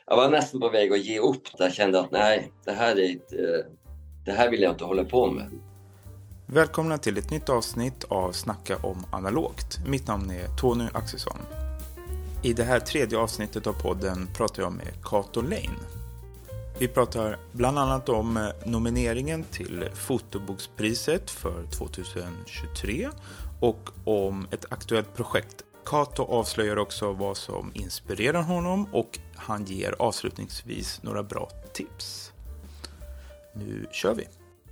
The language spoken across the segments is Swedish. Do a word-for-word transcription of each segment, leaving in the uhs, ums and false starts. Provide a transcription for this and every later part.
jag var nästan på väg att ge upp. Jag kände att nej, det här, är ett, det här vill jag inte hålla på med. Välkomna till ett nytt avsnitt av Snacka om analogt. Mitt namn är Tony Axelsson. I det här tredje avsnittet av podden pratar jag med Cato Lane. Vi pratar bland annat om nomineringen till Fotobokspriset för tjugohundratjugotre och om ett aktuellt projekt. Cato avslöjar också vad som inspirerar honom och han ger avslutningsvis några bra tips. Nu kör vi!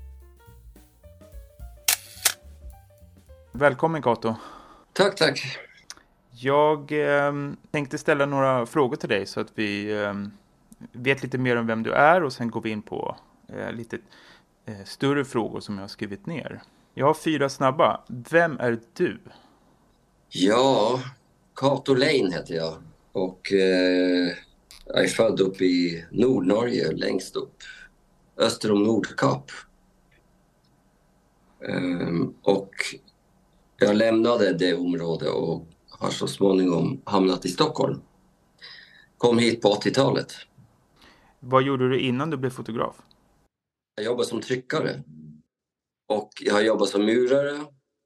Välkommen Cato. Tack, tack. Jag eh, tänkte ställa några frågor till dig så att vi eh, vet lite mer om vem du är och sen går vi in på eh, lite eh, större frågor som jag har skrivit ner. Jag har fyra snabba. Vem är du? Ja, Cato Lane heter jag och eh, jag är född upp i Nordnorge, längst upp, öster om Nordkap. Um, och jag lämnade det området och har så småningom hamnat i Stockholm. Kom hit på åttiotalet. Vad gjorde du innan du blev fotograf? Jag jobbade som tryckare. Och jag har jobbat som murare.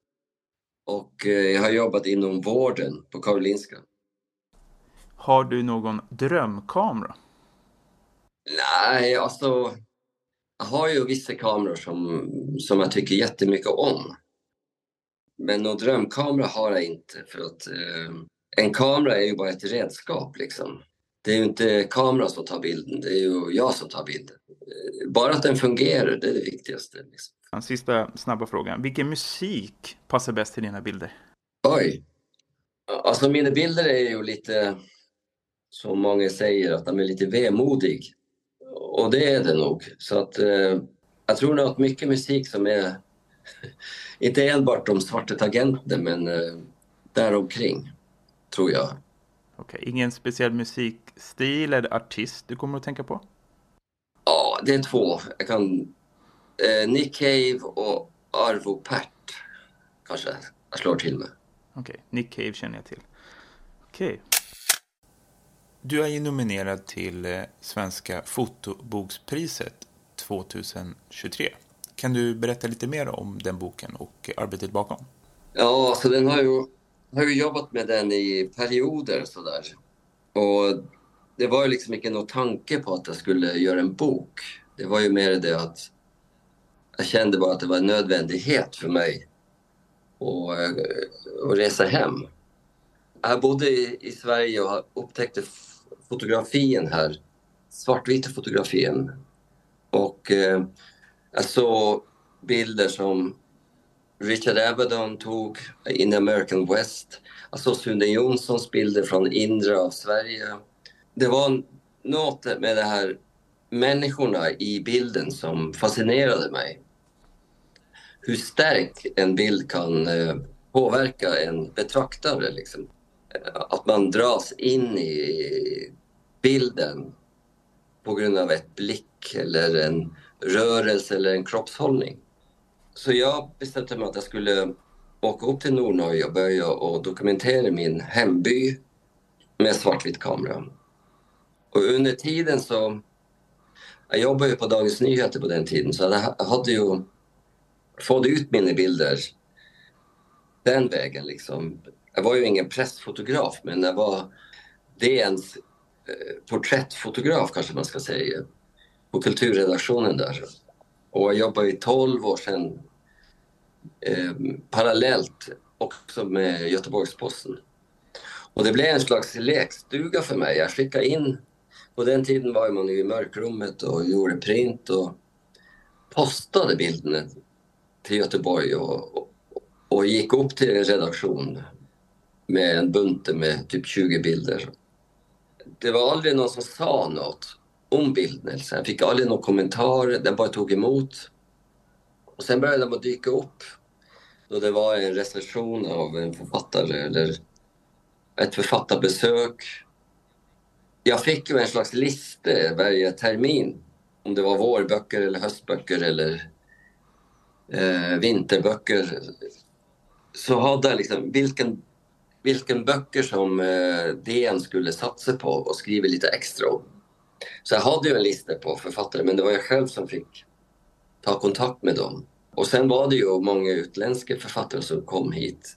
Och jag har jobbat inom vården på Karolinska. Har du någon drömkamera? Nej, alltså... Jag har ju vissa kameror som, som jag tycker jättemycket om. Men någon drömkamera har jag inte. För att eh, en kamera är ju bara ett redskap liksom. Det är ju inte kameran som tar bilden, det är ju jag som tar bilden. Bara att den fungerar, det är det viktigaste. Liksom. En sista snabba frågan. Vilken musik passar bäst till dina bilder? Oj! Alltså mina bilder är ju lite, som många säger, att de är lite vemodig. Och det är det nog. Så att eh, jag tror nog att mycket musik som är, inte enbart om svarta tangenter, men eh, däromkring, tror jag. Okej, ingen speciell musikstil eller artist du kommer att tänka på? Ja, det är två. Jag kan... Eh, Nick Cave och Arvo Pärt kanske jag slår till med. Okej, Nick Cave känner jag till. Okej. Du är ju nominerad till eh, Svenska Fotobokspriset tjugohundratjugotre. Kan du berätta lite mer om den boken och arbetet bakom? Ja, så den har ju, har ju jobbat med den i perioder sådär. Och det var ju liksom inte någon tanke på att jag skulle göra en bok. Det var ju mer det att jag kände bara att det var en nödvändighet för mig att, att resa hem. Jag bodde i, i Sverige och upptäckte fotografin här, svartvita fotografin. Och eh, jag såg bilder som Richard Avedon tog in American West. Jag såg Sune Jonssons bilder från inre av Sverige. Det var något med de här människorna i bilden som fascinerade mig. Hur stark en bild kan eh, påverka en betraktare. Liksom. Att man dras in i bilden på grund av ett blick eller en rörelse eller en kroppshållning. Så jag bestämde mig att jag skulle åka upp till Nordnorge och börja och dokumentera min hemby med svartvit kamera. Och under tiden så... Jag jobbade ju på Dagens Nyheter på den tiden, så jag hade ju fått ut mina bilder den vägen liksom. Jag var ju ingen pressfotograf, men jag var D N:s eh, porträttfotograf kanske man ska säga, på kulturredaktionen där. Och jag jobbade i tolv år sedan eh, parallellt också med Göteborgs-Posten. Och det blev en slags lekstuga för mig. Jag skickade in, på den tiden var man i mörkrummet och gjorde print och postade bilderna till Göteborg och, och, och gick upp till en redaktion med en bunte med typ tjugo bilder. Det var aldrig någon som sa något om bilden. Jag fick aldrig någon kommentar, den bara tog emot. Och sen började de att dyka upp. Då det var en recension av en författare eller ett författarbesök. Jag fick ju en slags lista varje termin. Om det var vårböcker eller höstböcker eller eh, vinterböcker. Så hade jag liksom vilken, vilken böcker som eh, D N skulle satsa på och skriva lite extra om. Så jag hade ju en lista på författare, men det var jag själv som fick ta kontakt med dem. Och sen var det ju många utländska författare som kom hit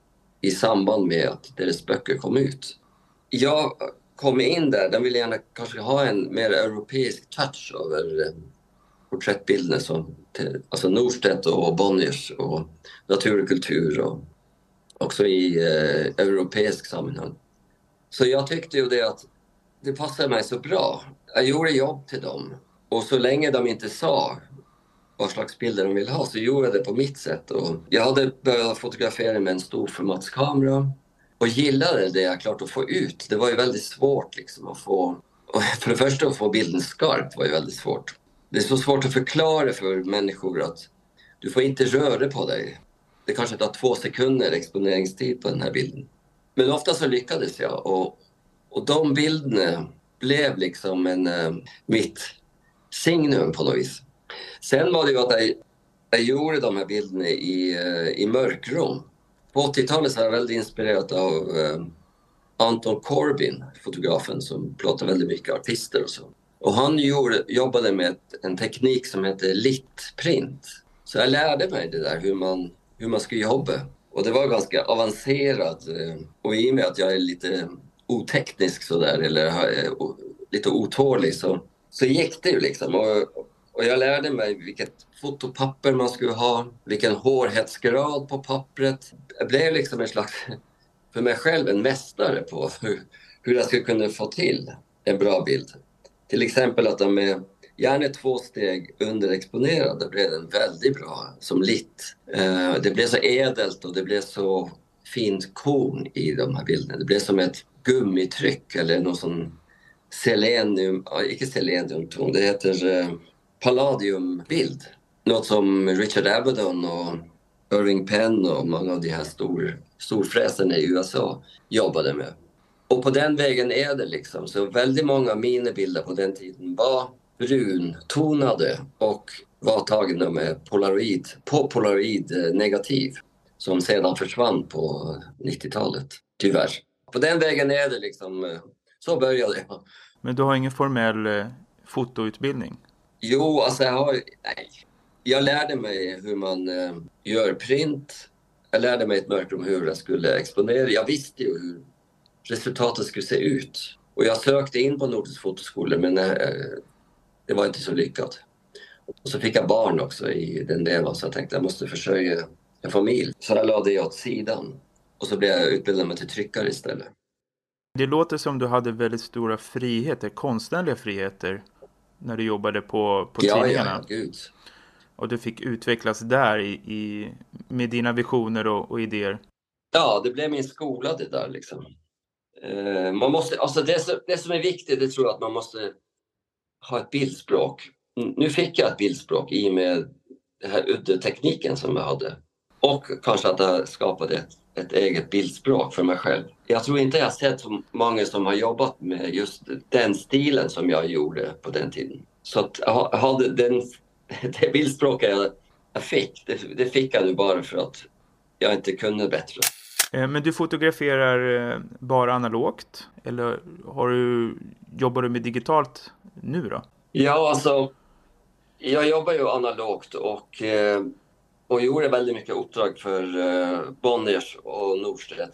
i samband med att deras böcker kom ut. Jag kom in där, den ville gärna kanske ha en mer europeisk touch över eh, porträttbilderna, som alltså Norstedt och Bonniers och natur och kultur, och också i eh, europeisk sammanhang. Så jag tyckte ju det att det passade mig så bra. Jag gjorde jobb till dem, och så länge de inte sa vad slags bilder de ville ha så gjorde jag det på mitt sätt. Och jag hade börjat fotografera med en stor formatskamera och gillade det jag klart att få ut. Det var ju väldigt svårt liksom att få, för det första att få bilden skarp var ju väldigt svårt. Det är så svårt att förklara för människor att du får inte röra på dig. Det kanske tar två sekunder exponeringstid på den här bilden. Men ofta så lyckades jag, och, och de bilderna blev liksom en, uh, mitt signum på något vis. Sen var det ju att jag, jag gjorde de här bilderna i, uh, i mörkrum. På åttiotalet så var jag väldigt inspirerad av uh, Anton Corbijn, fotografen som pratar väldigt mycket artister och så. Och han gjorde, jobbade med ett, en teknik som heter litprint. Så jag lärde mig det där, hur man, hur man ska jobba. Och det var ganska avancerat. Och i och med att jag är lite oteknisk sådär, eller lite otålig, så, så gick det ju liksom. Och, och jag lärde mig vilket fotopapper man skulle ha, vilken hårdhetsgrad på pappret. Jag blev liksom en slags, för mig själv, en mästare på hur, hur jag skulle kunna få till en bra bild. Till exempel att de är gärna två steg underexponerade, blev den väldigt bra som lit. Det blev så ädelt och det blev så fint korn i de här bilderna. Det blev som ett gummitryck eller någon sån selenium, inte seleniumton, det heter palladiumbild. Något som Richard Avedon och Irving Penn och många av de här stor, storfräsarna i U S A jobbade med. Och på den vägen är det liksom. Så väldigt många av mina bilder på den tiden var bruntonade och var tagna med polaroid, på polaroid negativ som sedan försvann på nittiotalet, tyvärr. På den vägen är det liksom, så började jag. Men du har ingen formell eh, fotoutbildning? Jo, alltså jag har, nej. Jag lärde mig hur man eh, gör print. Jag lärde mig ett mörkrum hur jag skulle exponera. Jag visste ju hur resultatet skulle se ut. Och jag sökte in på Nordisk fotoskola, men eh, det var inte så lyckat. Och så fick jag barn också i den delen, så jag tänkte jag måste försörja en familj. Så jag lade det åt sidan. Och så blev jag utbildad mig till tryckare istället. Det låter som du hade väldigt stora friheter, konstnärliga friheter, när du jobbade på, på ja, tidningarna. Ja, gud. Och du fick utvecklas där i, i, med dina visioner och, och idéer. Ja, det blev min skola det där liksom. Uh, man måste, alltså det, det som är viktigt, det tror jag att man måste ha ett bildspråk. Nu fick jag ett bildspråk i och med den här udde-tekniken som jag hade. Och kanske att jag skapade ett, ett eget bildspråk för mig själv. Jag tror inte jag har sett så många som har jobbat med just den stilen som jag gjorde på den tiden. Så att jag hade den, det bildspråket jag, jag fick, det, det fick jag nu bara för att jag inte kunde bättre. Men du fotograferar bara analogt? Eller har du, jobbar du med digitalt nu då? Ja, alltså jag jobbar ju analogt och, och gjorde väldigt mycket uppdrag för Bonniers och Norstedt.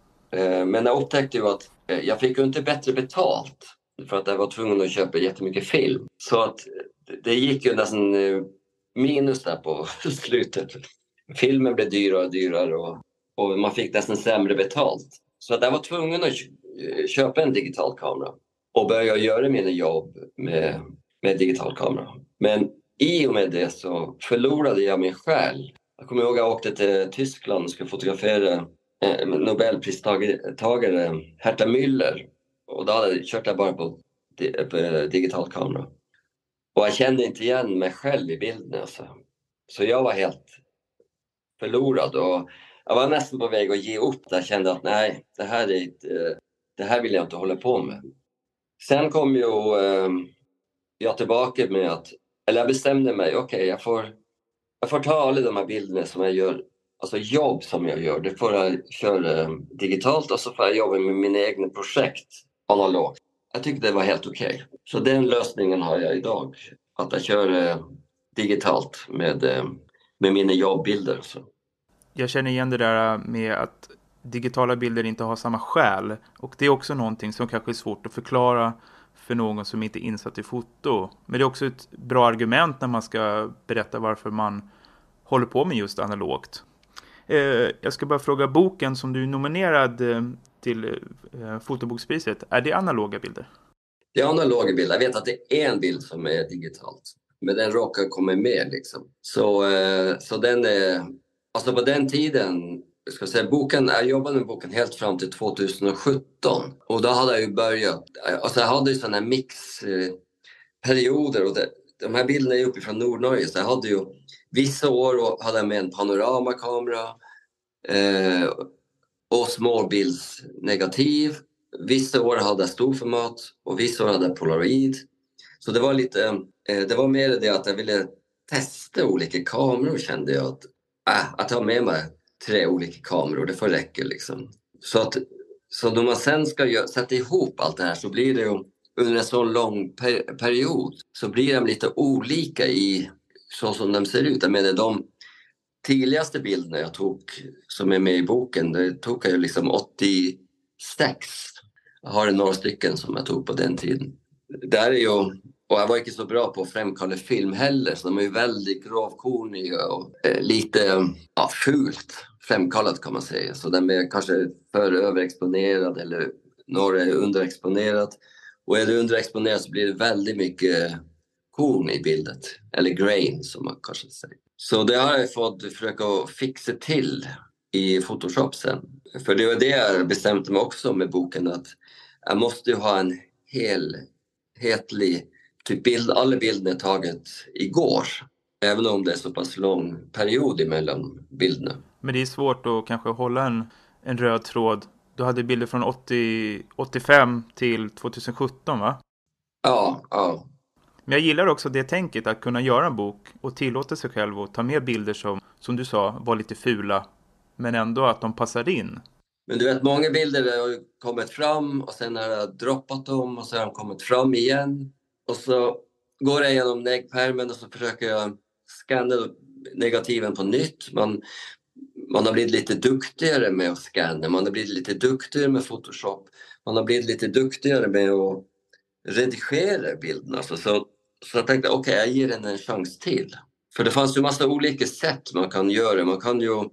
Men jag upptäckte ju att jag fick ju inte bättre betalt för att jag var tvungen att köpa jättemycket film. Så att det gick ju nästan minus där på slutet. Filmen blev dyrare och dyrare och, och man fick nästan sämre betalt. Så att jag var tvungen att köpa en digital kamera och börja göra mina jobb med, med digital kamera. Men i och med det så förlorade jag min själ. Jag kommer ihåg att jag åkte till Tyskland och skulle fotografera eh, Nobelpristagare Herta Müller. Och då hade, kört jag bara på, på digital kamera. Och jag kände inte igen mig själv i bilden. Alltså. Så jag var helt förlorad. Och jag var nästan på väg att ge upp. Jag kände att nej, det här, är inte, det här vill jag inte hålla på med. Sen kom ju eh, jag tillbaka med att, eller jag bestämde mig, okej okay, jag, får, jag får ta alla de här bilderna som jag gör, alltså jobb som jag gör, det får jag köra digitalt och så får jag jobba med mina egna projekt analogt. jag tyckte det var helt okej. Okay. Så den lösningen har jag idag. Att jag kör eh, digitalt med, eh, med mina jobbbilder. Så. Jag känner igen det där med att digitala bilder inte har samma själ. Och det är också någonting som kanske är svårt att förklara för någon som inte är insatt i foto. Men det är också ett bra argument när man ska berätta varför man håller på med just analogt. Eh, jag ska bara fråga, boken som du är nominerad eh, till eh, fotobokspriset, är det analoga bilder? Det är analoga bilder. Jag vet att det är en bild som är digitalt. Men den råkar komma med liksom. Så, eh, så den är... Alltså på den tiden... Jag ska säga, boken, jag jobbade med boken helt fram till tjugohundrasjutton. Och då hade jag ju börjat... Alltså jag hade ju sådana här mixperioder. Eh, och det, de här bilderna är uppifrån Nordnorge. Så jag hade ju... Vissa år hade jag med en panoramakamera. Eh, och småbildsnegativ. Vissa år hade jag storformat. Och vissa år hade jag polaroid. Så det var lite... Eh, det var mer det att jag ville testa olika kameror, kände jag. Att, äh, att ha med mig tre olika kameror, det får räcka liksom. Så, att, så när man sen ska gö- sätta ihop allt det här så blir det ju under en så lång per- period så blir de lite olika i så som de ser ut. Jag menar, de tidigaste bilderna jag tog som är med i boken, det tog jag ju liksom åttiosex. Jag har några stycken som jag tog på den tiden. Där är ju, och jag var inte så bra på att framkalla film heller, så de är ju väldigt grovkorniga och eh, lite ja, fult framkallat kan man säga. Så den är kanske för överexponerad eller några är underexponerad. Och är det underexponerat så blir det väldigt mycket korn i bilden. Eller grain som man kanske säger. Så det har jag fått försöka fixa till i Photoshop sen. För det var det jag bestämde mig också med boken, att jag måste ju ha en hel, hetlig typ bild. Alla bilder är taget igår. Även om det är så pass lång period emellan bilderna. Men det är svårt att kanske hålla en, en röd tråd. Du hade bilder från åttio, åttiofem till tjugosjutton, va? Ja, ja. Men jag gillar också det tänket att kunna göra en bok och tillåta sig själv att ta med bilder som, som du sa, var lite fula. Men ändå att de passar in. Men du vet, många bilder har kommit fram och sen har jag droppat dem och så har de kommit fram igen. Och så går jag igenom negpärmen och så försöker jag scanna negativen på nytt. Man, man har blivit lite duktigare med att scanna. Man har blivit lite duktigare med Photoshop. Man har blivit lite duktigare med att redigera bilderna. Så, så, så jag tänkte, okej, okay, jag ger den en chans till. För det fanns ju massa olika sätt man kan göra. Man kan ju,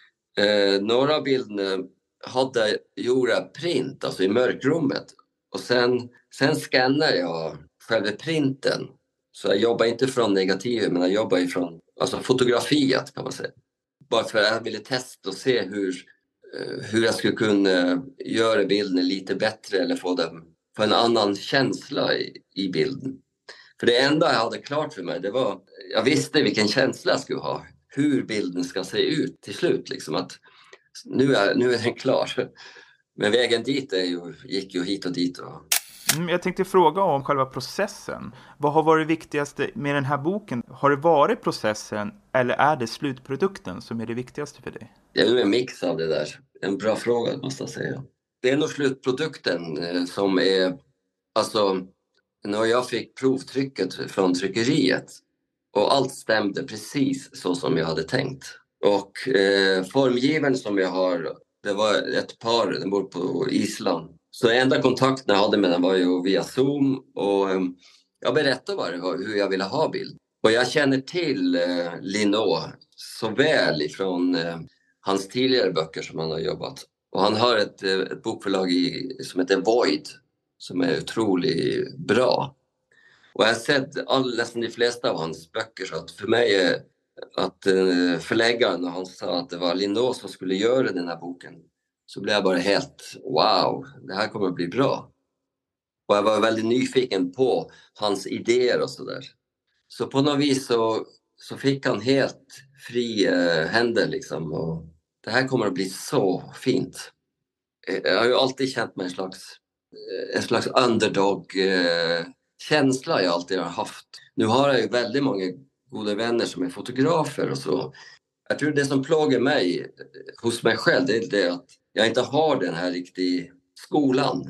eh, några bilder hade gjort print, alltså i mörkrummet. Och sen, sen scannar jag själva printen. Så jag jobbar inte från negativet, men jag jobbar ifrån alltså fotografiet kan man säga. Bara för att jag ville testa och se hur, hur jag skulle kunna göra bilden lite bättre eller få, den, få en annan känsla i, i bilden. För det enda jag hade klart för mig, det var, jag visste vilken känsla jag skulle ha. Hur bilden ska se ut till slut. Liksom att nu är, nu är den klar. Men vägen dit är ju, gick ju hit och dit. Och... Jag tänkte fråga om själva processen. Vad har varit det viktigaste med den här boken? Har det varit processen eller är det slutprodukten som är det viktigaste för dig? Det är nog en mix av det där. En bra fråga måste jag säga. Det är nog slutprodukten som är... Alltså, när jag fick provtrycket från tryckeriet och allt stämde precis så som jag hade tänkt. Och eh, formgivaren som jag har, det var ett par, den bor på Island. Så enda kontakten jag hade med den var ju via Zoom och eh, jag berättade bara hur jag ville ha bild. Och jag känner till eh, Linaud så väl ifrån eh, hans tidigare böcker som han har jobbat. Och han har ett, ett bokförlag i, som heter Void som är otroligt bra. Och jag har sett all, nästan de flesta av hans böcker, så att för mig är att förläggaren, när han sa att det var Linaud som skulle göra den här boken, så blev jag bara helt wow, det här kommer att bli bra. Och jag var väldigt nyfiken på hans idéer och sådär. Så på något vis så, så fick han helt fri eh, händer liksom, och det här kommer att bli så fint. Jag har ju alltid känt mig en slags en slags underdog eh, känsla jag alltid har haft. Nu har jag ju väldigt många goda vänner som är fotografer och så. Jag tror det som plågar mig hos mig själv, det är det att jag inte har den här riktiga skolan.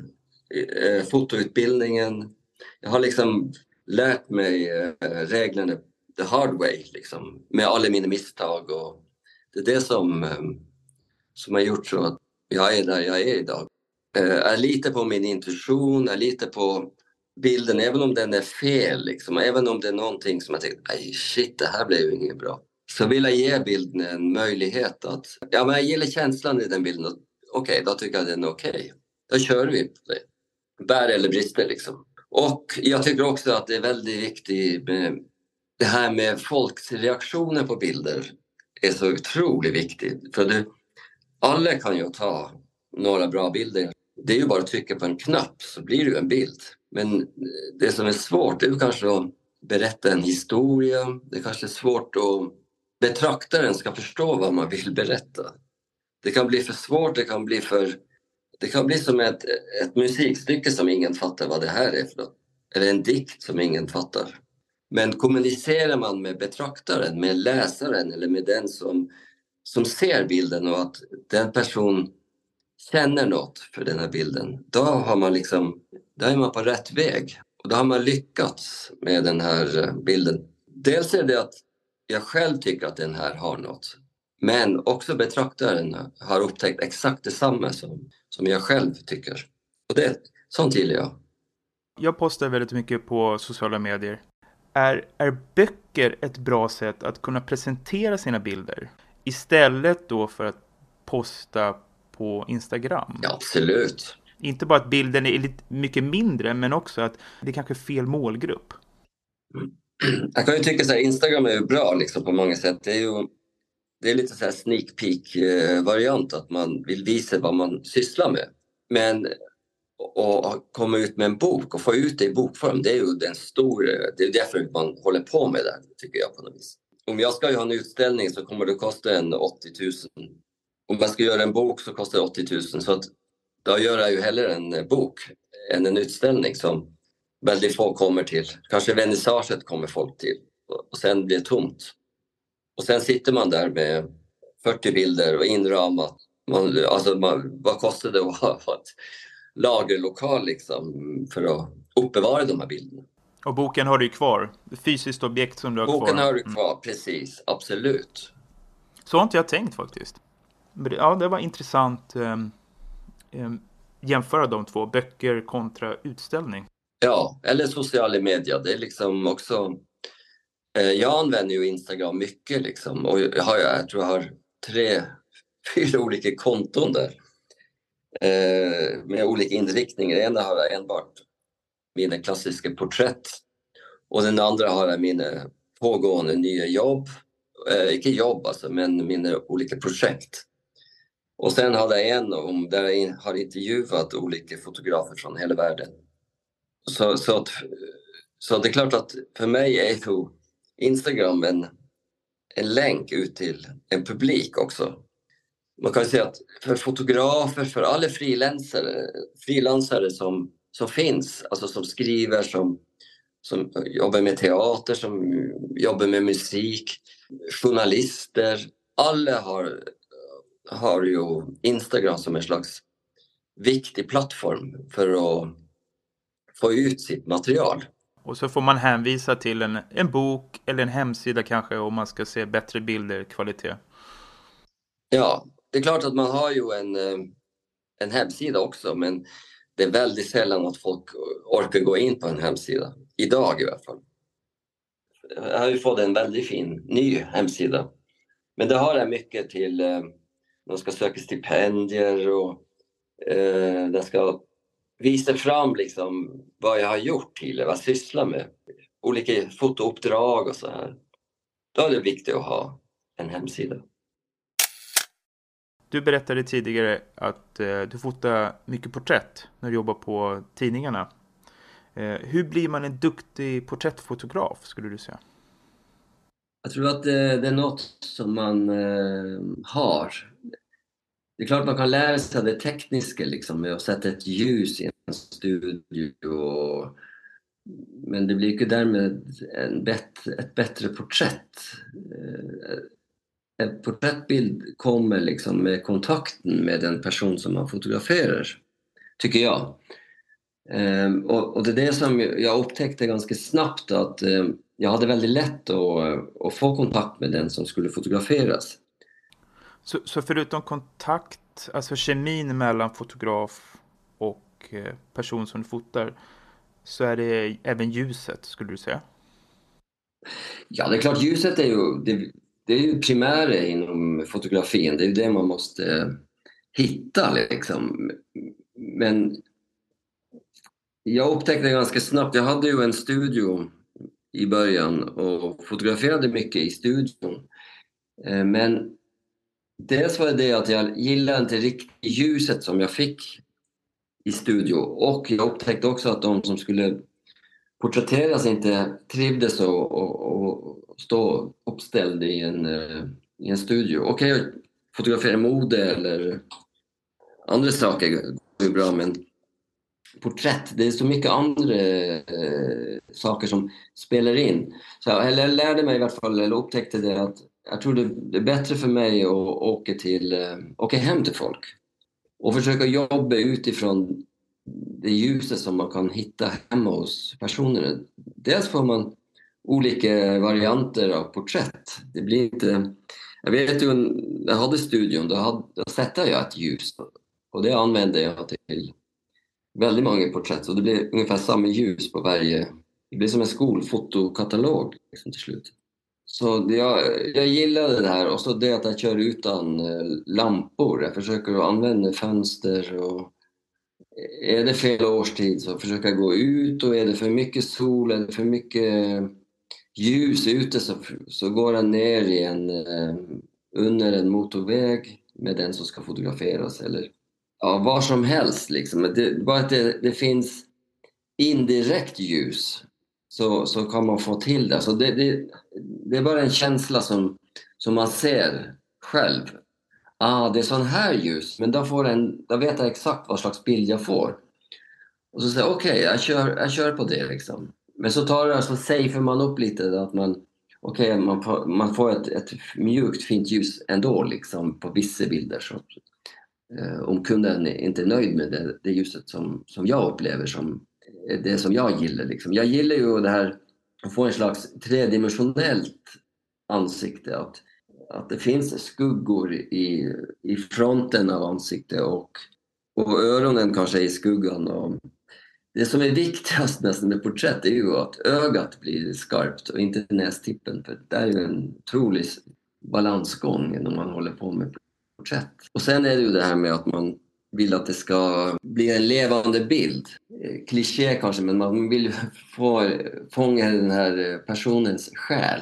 eh, fotoutbildningen. Jag har liksom lärt mig eh, reglerna the hard way, liksom, med alla mina misstag. Och det är det som, eh, som har gjort så att jag är där jag är idag. Eh, jag litar på min intuition, jag litar på bilden, även om den är fel. Liksom, även om det är någonting som jag tänkte, nej shit, det här blev ju inget bra. Så vill jag ge bilden en möjlighet att, ja men jag gillar känslan i den bilden. Okej, okay, då tycker jag den är okej. Okay. Då kör vi på det. Bär eller brister liksom. Och jag tycker också att det är väldigt viktigt med det här med folks reaktioner på bilder. Är så otroligt viktigt. För det, alla kan ju ta några bra bilder. Det är ju bara att trycka på en knapp så blir det ju en bild. Men det som är svårt är ju kanske att berätta en historia. Det kanske är svårt att betraktaren ska förstå vad man vill berätta. Det kan bli för svårt, det kan bli för... Det kan bli som ett, ett musikstycke som ingen fattar vad det här är för något. Eller en dikt som ingen fattar. Men kommunicerar man med betraktaren, med läsaren eller med den som, som ser bilden och att den person känner något för den här bilden, då har man liksom, då är man på rätt väg. Och då har man lyckats med den här bilden. Dels är det att jag själv tycker att den här har något. Men också betraktaren har upptäckt exakt detsamma som, som jag själv tycker. Och det, sånt gillar jag. Jag postar väldigt mycket på sociala medier. Är, är böcker ett bra sätt att kunna presentera sina bilder? Istället då för att posta på Instagram? Ja, absolut. Inte bara att bilden är lite mycket mindre, men också att det är kanske är fel målgrupp. Mm. Jag kan ju tycka att Instagram är ju bra liksom, på många sätt. Det är ju det är lite så här sneak peek-variant att man vill visa vad man sysslar med. Men att komma ut med en bok och få ut det i bokform, det är ju den stora, det är därför man håller på med det, tycker jag på något vis. Om jag ska ha en utställning så kommer det kosta en åttio tusen. Om man ska göra en bok så kostar det åttio tusen. Så att då gör jag ju hellre en bok än en utställning som väldigt få kommer till. Kanske vernissaget kommer folk till och sen blir det tomt. Och sen sitter man där med fyrtio bilder och inramat. Man, alltså man, vad kostar det att ha ett lagerlokal liksom för att uppbevara de här bilderna? Och boken har du kvar. Ett fysiskt objekt som du har boken kvar. Boken har du kvar, mm. Precis. Absolut. Så har inte jag tänkt faktiskt. Ja, det var intressant eh, eh, jämföra de två. Böcker kontra utställning. Ja, eller sociala medier. Det är liksom också... Jag använder ju Instagram mycket liksom, och jag, har, jag tror jag har tre, fyra olika konton där eh, med olika inriktningar. Ena har jag enbart mina klassiska porträtt och den andra har jag mina pågående nya jobb, eh, inte jobb alltså, men mina olika projekt. Och sen har jag en om där jag har intervjuat olika fotografer från hela världen. Så, så, att, så det är klart att för mig är det Instagram en, en länk ut till en publik också. Man kan säga att för fotografer, för alla frilansare, frilansare som, som finns, alltså som skriver, som, som jobbar med teater, som jobbar med musik, journalister, alla har, har ju Instagram som en slags viktig plattform för att få ut sitt material. Och så får man hänvisa till en, en bok eller en hemsida kanske om man ska se bättre bilder, kvalitet. Ja, det är klart att man har ju en, en hemsida också, men det är väldigt sällan att folk orkar gå in på en hemsida. Idag i alla fall. Jag har ju fått en väldigt fin ny hemsida. Men det har jag mycket till, man ska söka stipendier och eh, det ska visa fram liksom vad jag har gjort till, vad jag sysslar med. Olika fotouppdrag och så här. Då är det viktigt att ha en hemsida. Du berättade tidigare att eh, du fotar mycket porträtt när du jobbar på tidningarna. Eh, hur blir man en duktig porträttfotograf, skulle du säga? Jag tror att det, det är något som man eh, har. Det är klart man kan lära sig det tekniska liksom, med att sätta ett ljus i en studio. Men det blir ju därmed en bättre, ett bättre porträtt. En porträttbild kommer liksom med kontakten med den person som man fotograferar, tycker jag. Um, och, och det är det som jag upptäckte ganska snabbt, att um, jag hade väldigt lätt att, att få kontakt med den som skulle fotograferas. Så, så förutom kontakt, alltså kemin mellan fotograf och eh, person som fotar, så är det även ljuset, skulle du säga? Ja, det är klart, ljuset är ju, det, det är ju primära inom fotografin. Det är ju det man måste hitta liksom. Men jag upptäckte ganska snabbt, jag hade ju en studio i början och fotograferade mycket i studion. Men dels var det det att jag gillade inte riktigt ljuset som jag fick i studio, och jag upptäckte också att de som skulle porträtteras inte trivdes och, och, och stå uppställd i en, i en studio. Okej, okay, fotografera mode eller andra saker är bra, men porträtt, det är så mycket andra eh, saker som spelar in. Så jag, jag lärde mig i alla fall, eller upptäckte det, att jag tror det, det är bättre för mig att åka, till, eh, åka hem till folk och försöka jobba utifrån det ljuset som man kan hitta hemma hos personerna. Dels får man olika varianter av porträtt. Det blir inte... Jag vet ju, när jag hade studion, då, hade, då sätter jag ett ljus och det använde jag till väldigt många porträtt, och det blir ungefär samma ljus på varje. Det blir som en skolfotokatalog liksom, till slut. Så jag, jag gillade det här, och så det att jag kör utan lampor. Jag försöker att använda fönster, och är det fel årstid så försöker jag gå ut, och är det för mycket sol eller för mycket ljus ute så, så går jag ner i en, under en motorväg med den som ska fotograferas, eller ja, var som helst liksom. Det, bara att det, det finns indirekt ljus så, så kan man få till det. Så det, det, det är bara en känsla som, som man ser själv. Ah, det är sån här ljus, men då, får en, då vet jag exakt vad slags bild jag får. Och så säger jag, okej, okay, jag, kör, jag kör på det liksom. Men så tar det, så safear man upp lite att man, okej, okay, man, får, man får ett, ett mjukt fint ljus ändå liksom på vissa bilder. Så, eh, om kunden inte är nöjd med det, det ljuset som, som jag upplever som det som jag gillar liksom. Jag gillar ju det här att få en slags tredimensionellt ansikte, att att det finns skuggor i, i fronten av ansiktet, och, och öronen kanske i skuggan. Och det som är viktigast nästan med porträtt är ju att ögat blir skarpt och inte nästippen, för det är ju en otrolig balansgång när man håller på med porträtt. Och sen är det ju det här med att man vill att det ska bli en levande bild. Kliché kanske, men man vill få fånga den här personens själ.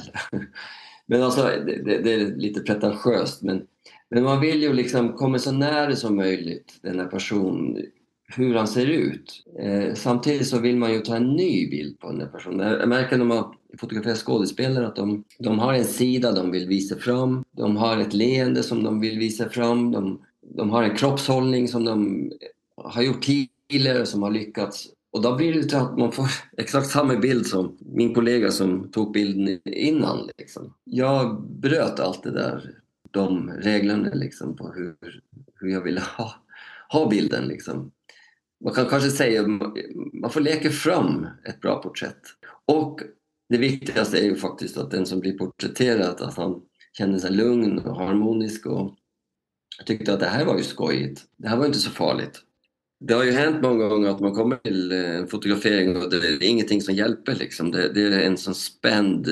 Men alltså, det, det är lite pretentiöst, men, men man vill ju liksom komma så nära som möjligt den här personen, hur han ser ut. Eh, samtidigt så vill man ju ta en ny bild på den här personen. Jag märker när man fotograferar skådespelare att de, de har en sida de vill visa fram, de har ett leende som de vill visa fram, de, de har en kroppshållning som de har gjort tidigare som har lyckats. Och då blir det att man får exakt samma bild som min kollega som tog bilden innan. Liksom. Jag bröt allt det där, de reglerna liksom, på hur, hur jag ville ha, ha bilden. Liksom. Man kan kanske säga man får leka fram ett bra porträtt. Och det viktigaste är ju faktiskt att den som blir porträtterad, att han känner sig lugn och harmonisk. Och jag tyckte att det här var ju skojigt. Det här var inte så farligt. Det har ju hänt många gånger att man kommer till en fotografering och det är ingenting som hjälper. Liksom. Det, det är en sån spänd...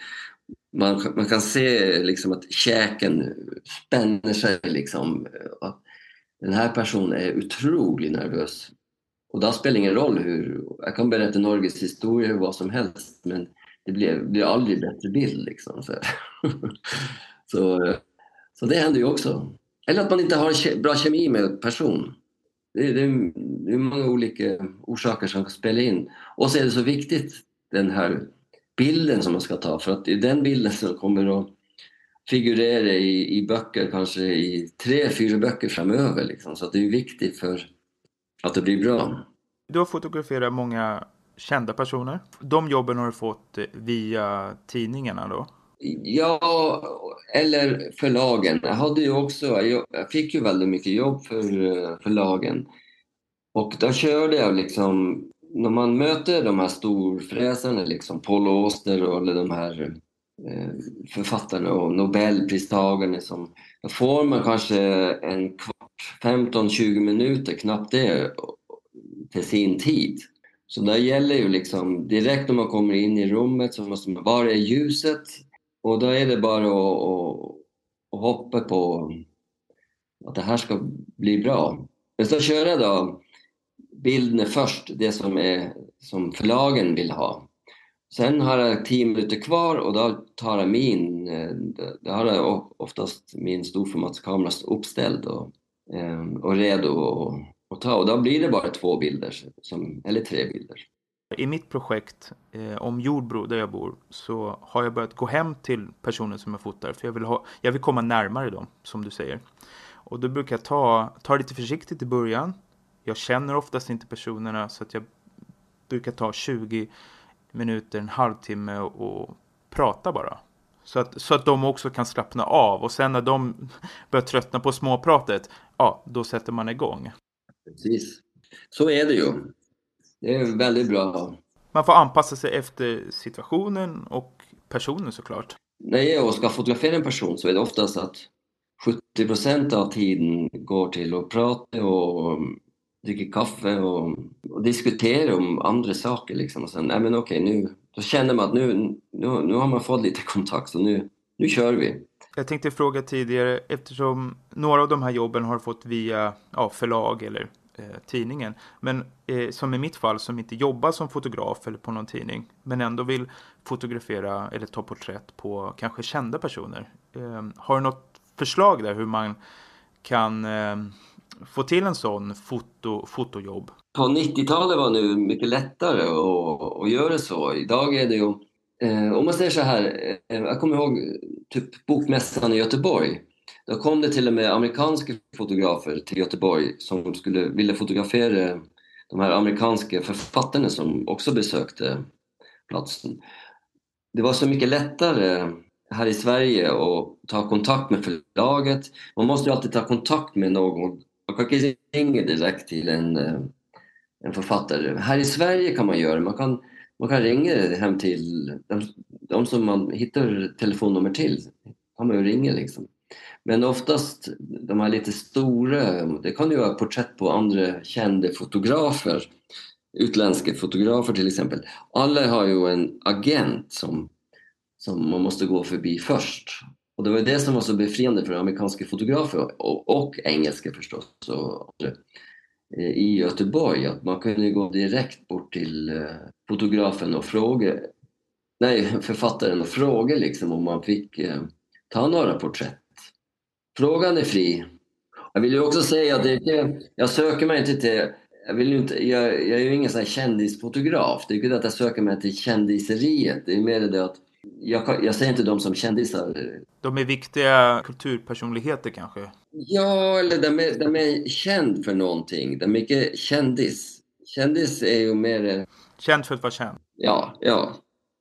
Man, man kan se liksom att käken spänner sig. Liksom. Att den här personen är otroligt nervös. Och då spelar det ingen roll hur... Jag kan berätta Norges historia, vad som helst, men det blir, blir aldrig bättre bild. Liksom. Så, så, så det händer ju också. Eller att man inte har en bra kemi med person. Det är, det, är, det är många olika orsaker som kan spela in. Och så är det så viktigt, den här bilden som man ska ta. För att det är den bilden som kommer att figurera i, i böcker, kanske i tre, fyra böcker framöver. Liksom. Så att det är viktigt för att det blir bra. Du har fotograferat många kända personer. De jobben har du fått via tidningarna då? Ja, eller förlagen. Jag hade ju också, jag fick ju väldigt mycket jobb för förlagen. Och då körde jag liksom, när man möter de här storfräsarna, liksom Paul Auster och eller de här eh, författarna och Nobelpristagarna, som, då får man kanske en kvart, femton till tjugo minuter, knappt det, till sin tid. Så där gäller ju liksom, direkt när man kommer in i rummet så måste man, var är ljuset? Och då är det bara att, att, att hoppa på att det här ska bli bra. Men så kör jag då bilden först, det som, är, som förlagen vill ha. Sen har jag tio minuter kvar och då tar jag min, då har jag oftast min storformatskamera uppställd och, och redo att, att ta. Och då blir det bara två bilder, som, eller tre bilder. I mitt projekt eh, om Jordbro där jag bor så har jag börjat gå hem till personer som jag fotar. För jag vill, ha, jag vill komma närmare dem, som du säger. Och då brukar jag ta, ta lite försiktigt i början. Jag känner oftast inte personerna, så att jag brukar ta tjugo minuter, en halvtimme och, och prata bara. Så att, så att de också kan slappna av. Och sen när de börjar tröttna på småpratet, ja, då sätter man igång. Precis. Så är det ju. Det är väldigt bra. Man får anpassa sig efter situationen och personen såklart. När jag ska fotografera en person så är det oftast att sjuttio procent av tiden går till att prata och dricka kaffe och, och diskutera om andra saker. Liksom. Och sen, nej men okej, nu, då känner man att nu, nu, nu har man fått lite kontakt och nu, nu kör vi. Jag tänkte fråga tidigare, eftersom några av de här jobben har fått via ja, förlag eller eh, tidningen. Men eh, som i mitt fall, som inte jobbar som fotograf eller på någon tidning, men ändå vill fotografera eller ta porträtt på kanske kända personer. Eh, har du något förslag där hur man kan eh, få till en sån foto, fotojobb? På nittiotalet var det nu mycket lättare att, att göra så. Idag är det ju, eh, om man säger så här, eh, jag kommer ihåg typ bokmässan i Göteborg. Då kom det till och med amerikanska fotografer till Göteborg som skulle vilja fotografera de här amerikanska författarna som också besökte platsen. Det var så mycket lättare här i Sverige att ta kontakt med förlaget. Man måste ju alltid ta kontakt med någon. Man kan inte ringa direkt till en, en författare. Här i Sverige kan man göra. Man kan, man kan ringa hem till de, de som man hittar telefonnummer till. Kan man ju ringa liksom. Men oftast de här lite stora, det kan ju vara porträtt på andra kända fotografer. Utländska fotografer till exempel. Alla har ju en agent som som man måste gå förbi först. Och det var det som var så befriande för amerikanska fotografer och, och engelska förstås och, i Göteborg, att man kunde gå direkt bort till fotografen och fråga, nej, författaren och fråga liksom om man fick eh, ta några porträtt. Frågan är fri. Jag vill ju också säga att det är, jag söker mig inte till, jag vill ju inte, jag, jag är ju ingen sån här kändisfotograf. Det är inte att jag söker mig till kändiseriet. Det är mer det att Jag, jag säger inte dem som kändisar. De är viktiga kulturpersonligheter kanske? Ja, eller de är, de är känd för någonting. De är mycket kändis. Kändis är ju mer... Känd för att vara känd? Ja, ja.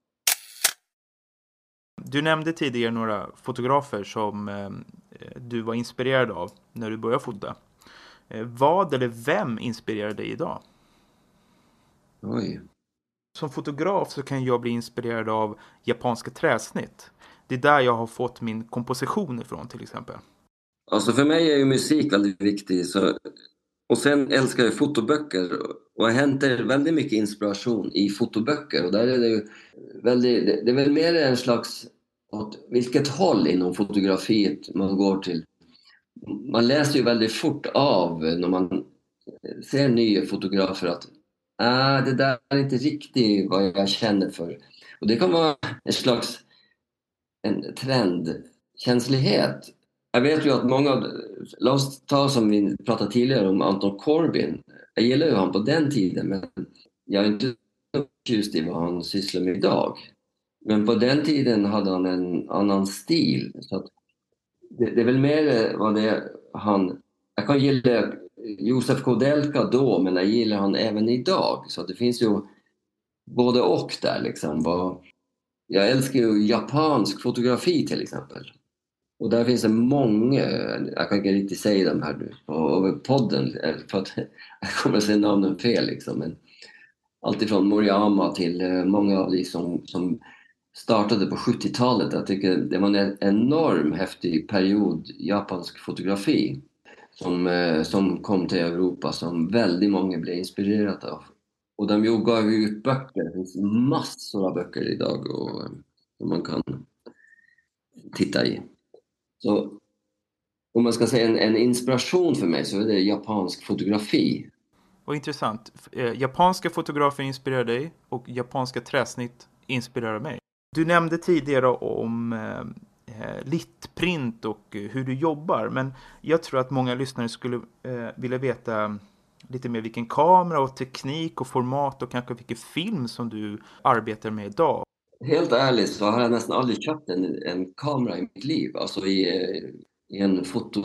Du nämnde tidigare några fotografer som eh, du var inspirerad av när du började fota. Eh, vad eller vem inspirerade dig idag? Oj... Som fotograf så kan jag bli inspirerad av japanska träsnitt. Det är där jag har fått min komposition ifrån till exempel. Alltså för mig är ju musik väldigt viktig. Så... Och sen älskar jag fotoböcker. Och jag hämtar väldigt mycket inspiration i fotoböcker. Och där är det ju väldigt... Det är väl mer en slags... Åt vilket håll inom fotografiet man går till. Man läser ju väldigt fort av när man ser nya fotografer att ah, det där är inte riktigt vad jag känner för. Och det kan vara en slags en trendkänslighet. Jag vet ju att många, låt oss ta som vi pratade tidigare om Anton Corbijn. Jag gillar ju han på den tiden, men jag är inte just i vad han sysslar med idag. Men på den tiden hade han en annan stil. Så att det, det är väl mer vad det han... Jag kan gilla Josef Koudelka då, men jag gillar han även idag. Så det finns ju både och där liksom. Jag älskar ju japansk fotografi till exempel. Och där finns det många, jag kan inte riktigt säga dem här nu på podden för att jag kommer att säga namnen fel liksom. Men alltifrån Moriyama till många av de som, som startade på sjuttiotalet. Jag tycker det var en enorm häftig period japansk fotografi som, som kom till Europa som väldigt många blev inspirerade av. Och de gav ut böcker, det finns massor av böcker idag och, som man kan titta i. Så om man ska säga en, en inspiration för mig så är det japansk fotografi. Vad intressant. Japanska fotografer inspirerar dig och japanska träsnitt inspirerar mig. Du nämnde tidigare om eh, litprint och hur du jobbar, men jag tror att många lyssnare skulle eh, vilja veta lite mer vilken kamera och teknik och format och kanske vilken film som du arbetar med idag. Helt ärligt så har jag nästan aldrig köpt en, en kamera i mitt liv, alltså i, i en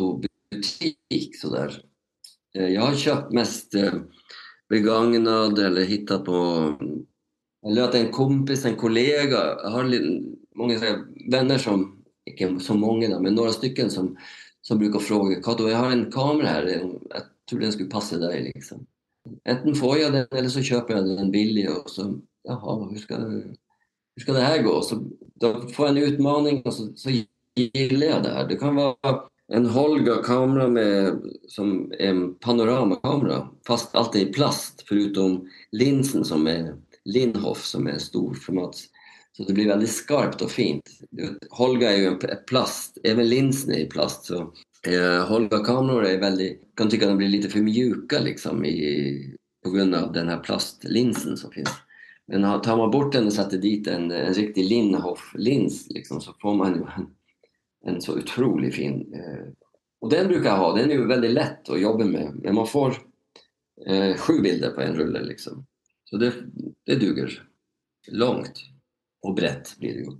fotobutik sådär. Jag har köpt mest eh, begagnad eller hittat på, eller att en kompis, en kollega, jag har många vänner som, inte så många då, men några stycken som, som brukar fråga, Kato, jag har en kamera här, jag tror den skulle passa dig liksom. Enten får jag den eller så köper jag den billig och så, jaha, hur ska, hur ska det här gå? Så då får jag en utmaning och så, så gillar jag det här. Det kan vara en Holga-kamera med, som en panoramakamera, fast allt är i plast förutom linsen som är Linhof som är stor format. Så det blir väldigt skarpt och fint. Holga är ju en plast, även linsen är i plast. Så eh, Holga-kameror är väldigt, kan tycka att de blir lite för mjuka liksom i, på grund av den här plastlinsen som finns. Men tar man bort den och sätter dit en, en riktig Linhof-lins liksom, så får man ju en, en så otroligt fin. Eh, och den brukar jag ha, den är ju väldigt lätt att jobba med. Men man får eh, sju bilder på en rulle liksom. Så det, det duger långt och brett blir det ju.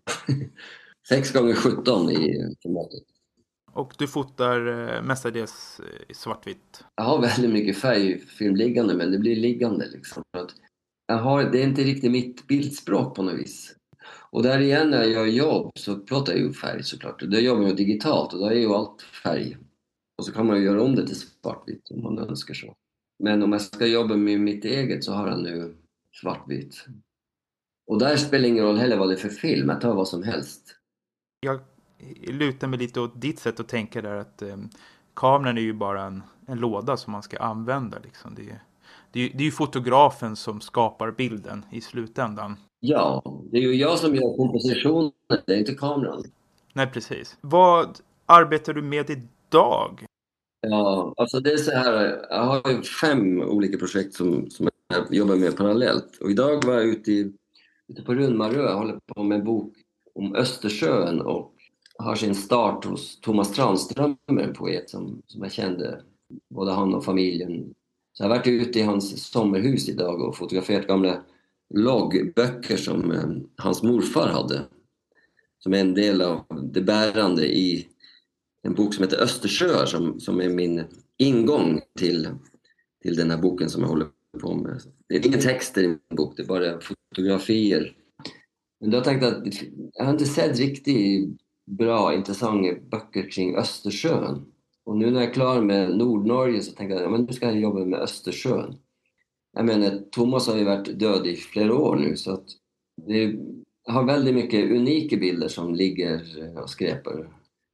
sex gånger sjutton i formatet. Och du fotar mestadels i svartvitt? Jag har väldigt mycket färgfilm liggande, men det blir liggande liksom. Jag har, det är inte riktigt mitt bildspråk på något vis. Och där igen när jag gör jobb så pratar jag ju färg såklart. Då jobbar jag digitalt och då är ju allt färg. Och så kan man ju göra om det till svartvitt om man önskar så. Men om jag ska jobba med mitt eget så har jag nu svartvitt. Och där spelar ingen roll heller vad det är för film, jag tar vad som helst. Jag lutar mig lite åt ditt sätt att tänka där att eh, kameran är ju bara en, en låda som man ska använda. Liksom. Det, är, det, är, det är ju fotografen som skapar bilden i slutändan. Ja, det är ju jag som gör kompositionen, det är inte kameran. Nej, precis. Vad arbetar du med idag? Ja, alltså det är så här, jag har ju fem olika projekt som, som jag jobbar med parallellt. Och idag var jag ute, i, ute på Rundmarö, jag håller på med en bok om Östersjön och har sin start hos Thomas Tranströmer, en poet som, som jag kände, både han och familjen. Så jag har varit ute i hans sommarhus idag och fotograferat gamla loggböcker som eh, hans morfar hade. Som är en del av det bärande i en bok som heter Östersjö som, som är min ingång till, till den här boken som jag håller på med. Det är inga texter i min bok, det är bara fotografier. Men då tänkte jag att jag har inte sett riktigt bra, intressanta böcker kring Östersjön. Och nu när jag är klar med Nordnorge så tänkte jag att ja, nu ska jag jobba med Östersjön. Jag menar, Thomas har ju varit död i flera år nu så att det har väldigt mycket unika bilder som ligger och skräpar.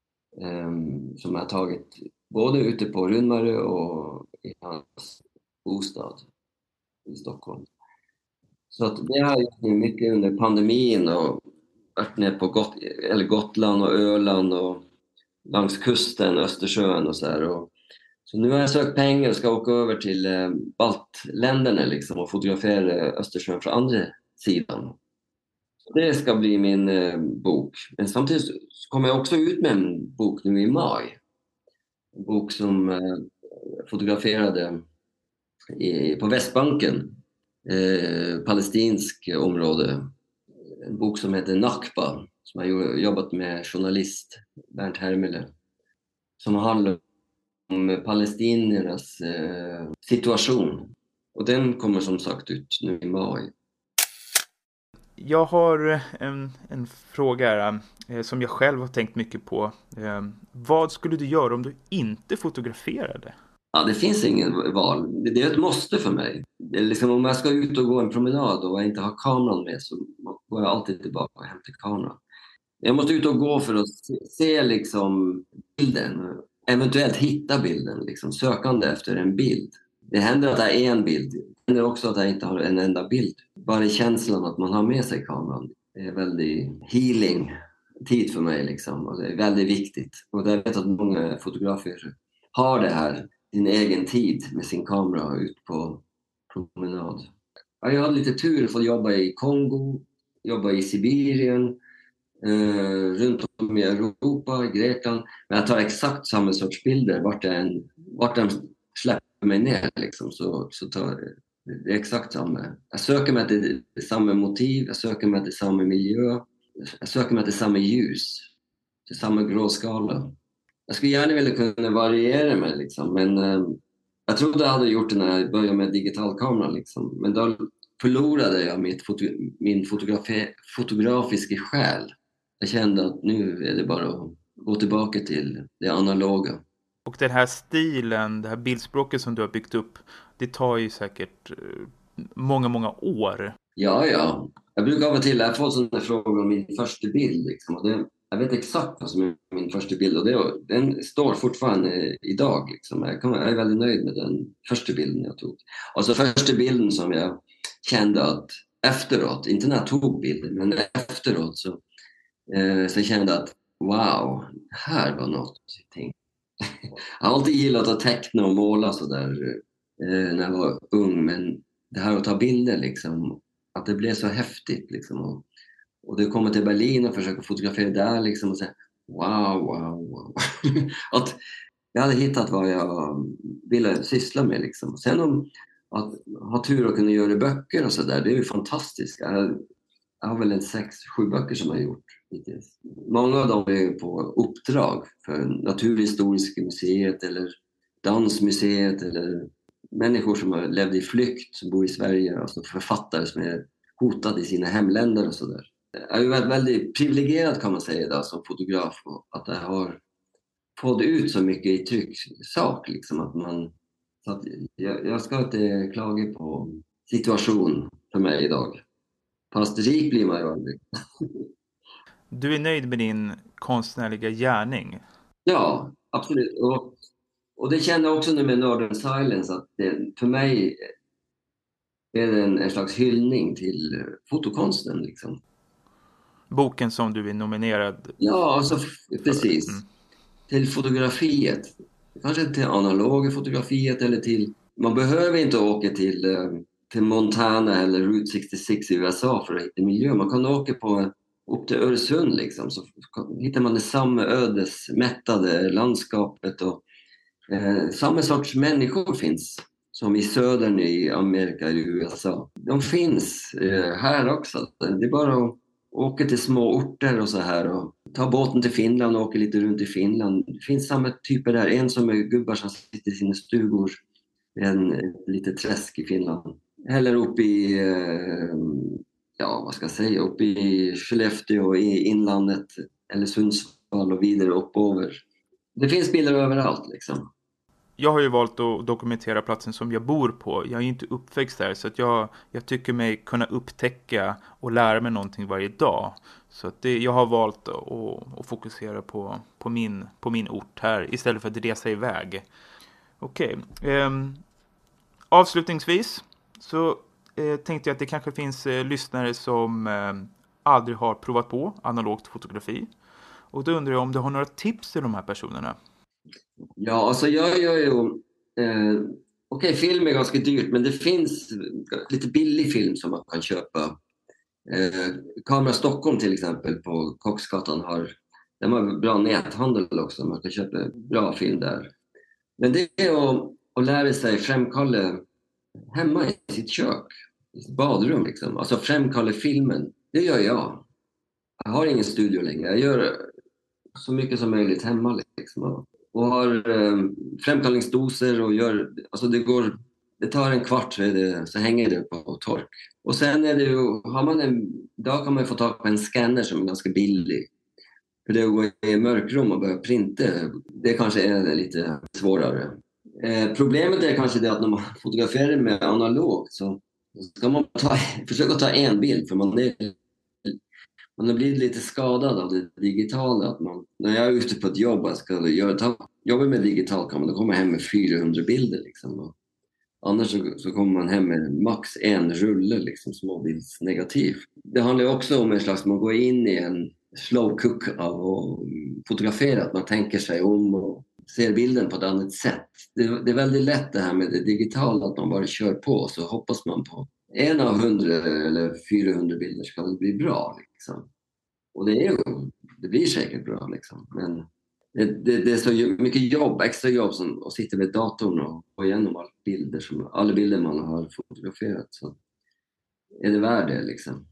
Um, som jag har tagit både ute på Rundmarö och i hans bostad i Stockholm. Så att det har gjort mycket under pandemin och varit ner på Got- eller Gotland och Öland och längs kusten, Östersjön och så här. Och, så nu har jag sökt pengar och ska åka över till eh, baltländerna liksom och fotografera Östersjön från andra sidan. Det ska bli min eh, bok. Men samtidigt så kommer jag också ut med en bok nu i maj. En bok som eh, fotograferade i, på Västbanken, eh, palestinsk område. En bok som heter Nakba, som jag jobbat med journalist Bernt Hermele. Som handlar om palestiniernas eh, situation. Och den kommer som sagt ut nu i maj. Jag har en, en fråga här, eh, som jag själv har tänkt mycket på. Eh, vad skulle du göra om du inte fotograferade? Ja, det finns ingen val. Det är ett måste för mig. Det är liksom, om jag ska ut och gå en promenad och jag inte har kameran med så går jag alltid tillbaka och hämtar kameran. Jag måste ut och gå för att se, se liksom bilden. Eventuellt hitta bilden, liksom, sökande efter en bild. Det händer att det är en bild. Det händer också att jag inte har en enda bild. Bara känslan att man har med sig kameran. Det är väldigt healing tid för mig. Liksom. Och det är väldigt viktigt. Och jag vet att många fotografer har det här. Sin egen tid med sin kamera ut på promenad. Jag hade lite tur att få jobba i Kongo, jobba i Sibirien. Uh, runt om i Europa, i Grekland. Men jag tar exakt samma sorts bilder vart jag än, vart jag släpper mig ner liksom, så, så tar det är exakt samma. Jag söker mig till samma motiv, jag söker mig till samma miljö, jag söker mig till samma ljus, till samma gråskala. Jag skulle gärna vilja kunna variera mig liksom, men uh, jag trodde jag hade gjort det när jag började med digitalkameran liksom, men då förlorade jag mitt foto, min fotografi, fotografiska själ. Jag kände att nu är det bara att gå tillbaka till det analoga. Och den här stilen, det här bildspråket som du har byggt upp, det tar ju säkert många, många år. Ja, ja. Jag brukar av och till, jag får sådana frågor om min första bild. Liksom. Och det, jag vet exakt vad som är min första bild och det, den står fortfarande idag. Liksom. Jag, kan, jag är väldigt nöjd med den första bilden jag tog. Och så första bilden som jag kände att efteråt, inte när jag tog bilden, men efteråt så Så jag kände att wow, här var någonting. Jag har alltid gillat att teckna och måla så där eh, när jag var ung, men det här att ta bilder liksom, att det blev så häftigt liksom. Och, och det kommer till Berlin och försöker fotografera där liksom och säga wow, wow, wow. Att jag hade hittat vad jag ville syssla med liksom. Sen om att ha tur att kunna göra böcker och så där, det är ju fantastiskt. Jag, jag har väl en sex, sju böcker som jag har gjort. Många av dem är på uppdrag för Naturhistoriska museet eller Dansmuseet eller människor som har levt i flykt som bor i Sverige, alltså författare som är hotade i sina hemländer och sådär. Jag är väldigt, väldigt privilegierad kan man säga idag som fotograf att jag har fått ut så mycket i trycksak liksom att man så att jag, jag ska inte klaga på situation för mig idag. Fast rik blir man ju aldrig. Du är nöjd med din konstnärliga gärning? Ja, absolut. Och, och det kände jag också nu med Northern Silence att det, för mig är det en, en slags hyllning till fotokonsten. Liksom. Boken som du är nominerad? Ja, alltså, precis. Mm. Till fotografiet. Kanske till analoga fotografiet eller till... Man behöver inte åka till, till Montana eller Route sextiosex i U S A för att hitta miljö. Man kan åka på... upp till Öresund liksom, så hittar man det samma ödesmättade landskapet och eh, samma sorts människor finns som i södern i Amerika eller U S A. De finns eh, här också. Det är bara att åka till små orter och så här och ta båten till Finland och åka lite runt i Finland. Det finns samma typer där. En som är gubbar som sitter i sina stugor i en liten träsk i Finland. Eller uppe i eh, ja, vad ska jag säga, uppe i Skellefteå i inlandet eller Sundsvall och vidare uppöver. Det finns bilder överallt liksom. Jag har ju valt att dokumentera platsen som jag bor på. Jag är inte uppväxt där så att jag, jag tycker mig kunna upptäcka och lära mig någonting varje dag. Så att det, jag har valt att, att fokusera på, på, min, på min ort här istället för att resa iväg. Okej. Okay. Um, avslutningsvis så tänkte jag att det kanske finns eh, lyssnare som eh, aldrig har provat på analogt fotografi. Och då undrar jag om du har några tips till de här personerna? Ja, alltså jag gör ju... Eh, Okej, okay, film är ganska dyrt, men det finns lite billig film som man kan köpa. Eh, Kamera Stockholm till exempel på Kocksgatan har, de har bra näthandel också. Man kan köpa bra film där. Men det är att, att lära sig framkalla hemma i sitt kök. I sitt badrum liksom. Alltså framkalla filmen. Det gör jag. Jag har ingen studio längre. Jag gör så mycket som möjligt hemma liksom. Och har eh, framkallningsdoser och gör... Alltså det går det tar en kvart så, är det, så hänger det på tork. Och sen är det ju, har man en, då kan man få tag på en scanner som är ganska billig. För det går i mörkrum och börja printa, det kanske är lite svårare. Eh, problemet är kanske det att när man fotograferar med analogt så ska man ta, försöka ta en bild, för man, är, man har blivit lite skadad av det digitala. Att man, när jag är ute på ett jobb och ska göra, ta, jobba med digitalkamera, då kommer man hem med fyrahundra bilder. Liksom, och annars så, så kommer man hem med max en rulle liksom, småbildsnegativ. Det handlar också om en slags, man går in i en slow cook av att fotografera, att man tänker sig om och ser bilden på ett annat sätt. Det, det är väldigt lätt det här med det digitala, att man bara kör på så hoppas man på en av hundra eller fyrahundra bilder ska det bli bra. Liksom. Och det, är, det blir säkert bra. Liksom. Men det, det, det är så mycket jobb, extra jobb som att sitta med datorn och gå igenom alla bilder, som, alla bilder man har fotograferat. Så är det värt det liksom.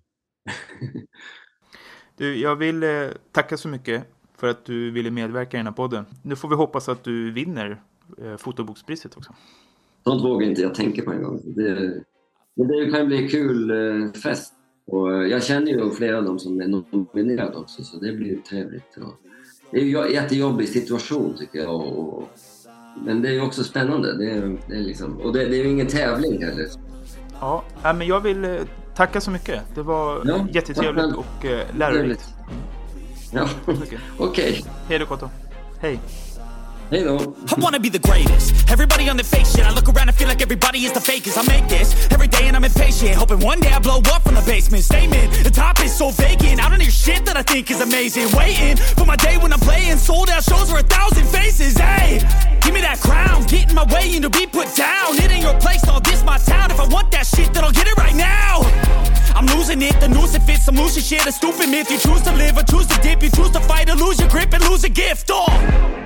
Du, jag vill eh, tacka så mycket för att du ville medverka i den här podden. Nu får vi hoppas att du vinner eh, fotobokspriset också. Sånt vågar inte jag tänka på en gång. Det, det kan bli kul eh, fest. Och jag känner ju flera av dem som är nominerade också, så det blir trevligt. Och det är ju en jättejobbig situation tycker jag. Och, och, men det är ju också spännande. Det är, det är liksom, och det, det är ju ingen tävling heller. Ja, men jag vill eh, tacka så mycket. Det var ja, jättetrevligt och eh, lärorikt. Ja, okej. Okay. Hej då, Kato. Hej. Hej då. I wanna be the greatest. Everybody on the fake shit. I look around and feel like everybody is the fakest. I make this every day and I'm impatient, hoping one day I blow up from the basement. Statement, the top is so vacant. I don't hear shit that I think is amazing. Waiting for my day when I'm playing sold out shows for a thousand faces. Hey, give me that crown, get in my way and to be put down. It ain't your place, no, this my town. If I want that shit, then I'll get it right now. I'm losing it, the noose it fits, some losing shit, a stupid myth. You choose to live or choose to dip, you choose to fight or lose your grip and lose a gift. Oh.